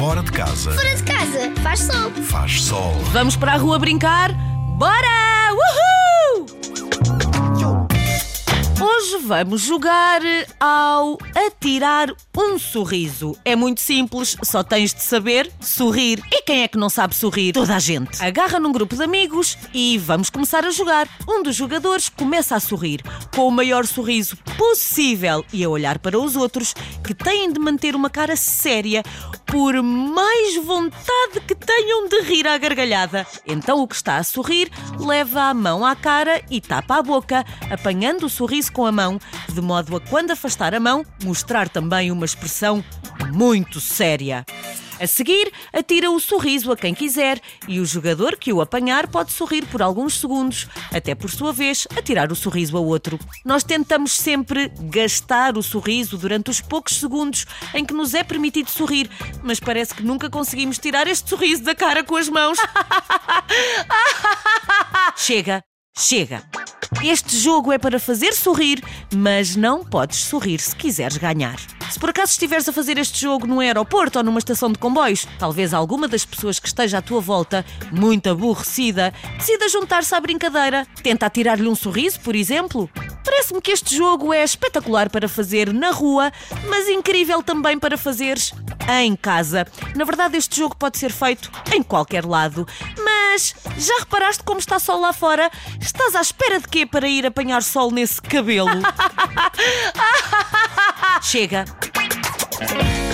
Fora de casa. Fora de casa, faz sol. Faz sol. Vamos para a rua brincar? Bora! Uhul! Hoje vamos jogar ao atirar um sorriso. É muito simples, só tens de saber sorrir. E quem é que não sabe sorrir? Toda a gente. Agarra num grupo de amigos e vamos começar a jogar. Um dos jogadores começa a sorrir, com o maior sorriso possível e a olhar para os outros, que têm de manter uma cara séria, por mais vontade que tenham de rir à gargalhada. Então o que está a sorrir leva a mão à cara e tapa a boca, apanhando o sorriso com a mão, de modo a, quando afastar a mão, mostrar também uma expressão muito séria. A seguir, atira o sorriso a quem quiser e o jogador que o apanhar pode sorrir por alguns segundos, até por sua vez atirar o sorriso a outro. Nós tentamos sempre gastar o sorriso durante os poucos segundos em que nos é permitido sorrir, mas parece que nunca conseguimos tirar este sorriso da cara com as mãos. Chega, chega. Este jogo é para fazer sorrir, mas não podes sorrir se quiseres ganhar. Se por acaso estiveres a fazer este jogo num aeroporto ou numa estação de comboios, talvez alguma das pessoas que esteja à tua volta, muito aborrecida, decida juntar-se à brincadeira. Tenta atirar-lhe um sorriso, por exemplo. Parece-me que este jogo é espetacular para fazer na rua, mas incrível também para fazeres em casa. Na verdade, este jogo pode ser feito em qualquer lado. Mas já reparaste como está sol lá fora? Estás à espera de quê para ir apanhar sol nesse cabelo? Chega!